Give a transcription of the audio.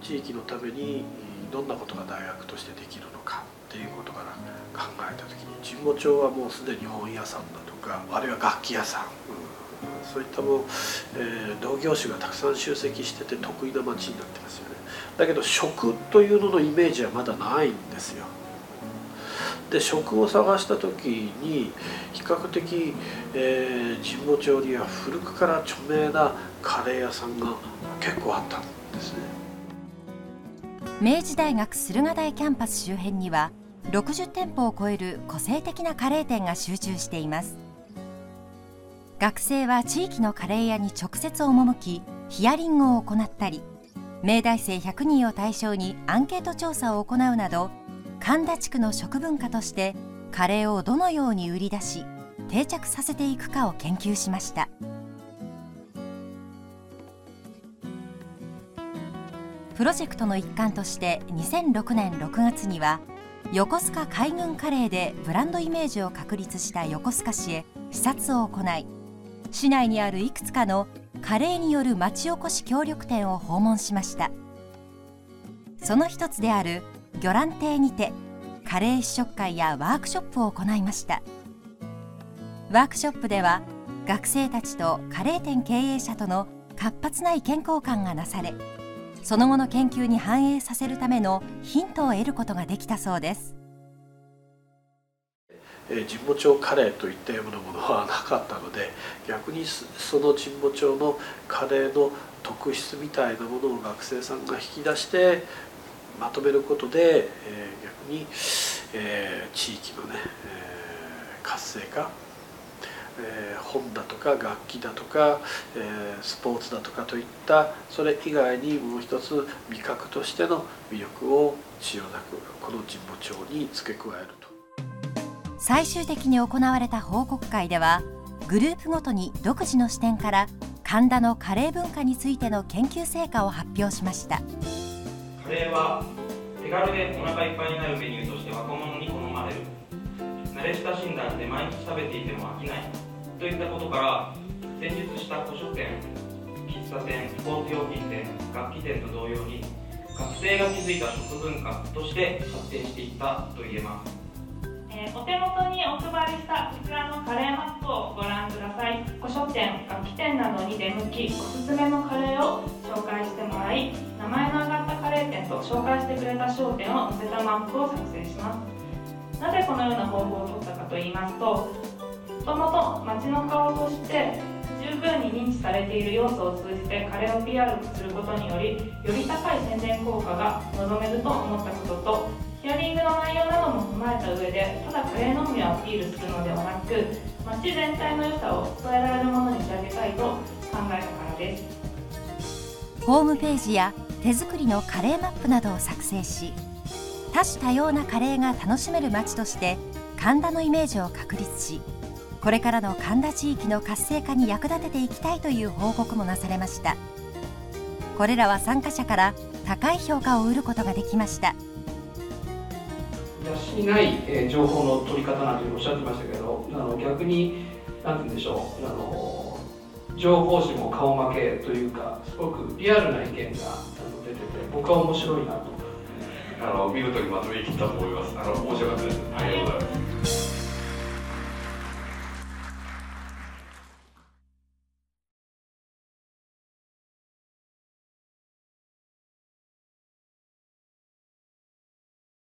地域のためにどんなことが大学としてできるのかっていうことから考えた時に、神保町はもうすでに本屋さんだとか、あるいは楽器屋さん、そういったもう、同業種がたくさん集積してて得意な街になってますよね。だけど食というののイメージはまだないんですよ。で食を探した時に比較的、神保町には古くから著名なカレー屋さんが結構あったんですね。 明治大学駿河台キャンパス周辺には60店舗を超える個性的なカレー店が集中しています。学生は地域のカレー屋に直接赴き、ヒアリングを行ったり、明大生100人を対象にアンケート調査を行うなど、神田地区の食文化としてカレーをどのように売り出し定着させていくかを研究しました。プロジェクトの一環として2006年6月には横須賀海軍カレーでブランドイメージを確立した横須賀市へ視察を行い、市内にあるいくつかのカレーによる町おこし協力店を訪問しました。その一つである魚卵亭にてカレー試食会やワークショップを行いました。ワークショップでは学生たちとカレー店経営者との活発な意見交換がなされ、その後の研究に反映させるためのヒントを得ることができたそうです。 神保町カレーといったようなものはなかったので、逆にその神保町のカレーの特質みたいなものを学生さんが引き出してまとめることで、逆に、地域のね、活性化、本だとか楽器だとか、スポーツだとかといったそれ以外にもう一つ味覚としての魅力を千代田区この神保町に付け加えると。 最終的に行われた報告会では、グループごとに独自の視点から神田のカレー文化についての研究成果を発表しました。 カレーは手軽でお腹いっぱいになるメニューとして若者に好まれる。慣れ親しんだんで毎日食べていても飽きないといったことから、先日した古書店、喫茶店、スポーツ用品店、楽器店と同様に学生が築いた食文化として発展していったと言えます。 お手元にお配りしたこちらのカレーマップをご覧ください。古書店、楽器店などに出向き、おすすめのカレーを紹介してもらい、名前の挙がったカレー店と紹介してくれた商店を載せたマップを作成します。なぜこのような方法を取ったかといいますと、もともと街の顔として十分に認知されている要素を通じてカレーを PR することにより、より高い宣伝効果が望めると思ったことと、ヒアリングの内容なども踏まえた上で、ただカレーのみをアピールするのではなく、街全体の良さを伝えられるものに仕上げたいと考えたからです。 ホームページや手作りのカレーマップなどを作成し、多種多様なカレーが楽しめる街として神田のイメージを確立し、これからの神田地域の活性化に役立てていきたいという報告もなされました。これらは参加者から高い評価を得ることができました。 雑誌にない、情報の取り方なんておっしゃってましたけど、逆に何て言うんでしょう、情報誌も顔負けというか、すごくリアルな意見が出てて、僕は面白いなと。 見事にまとめきったと思います。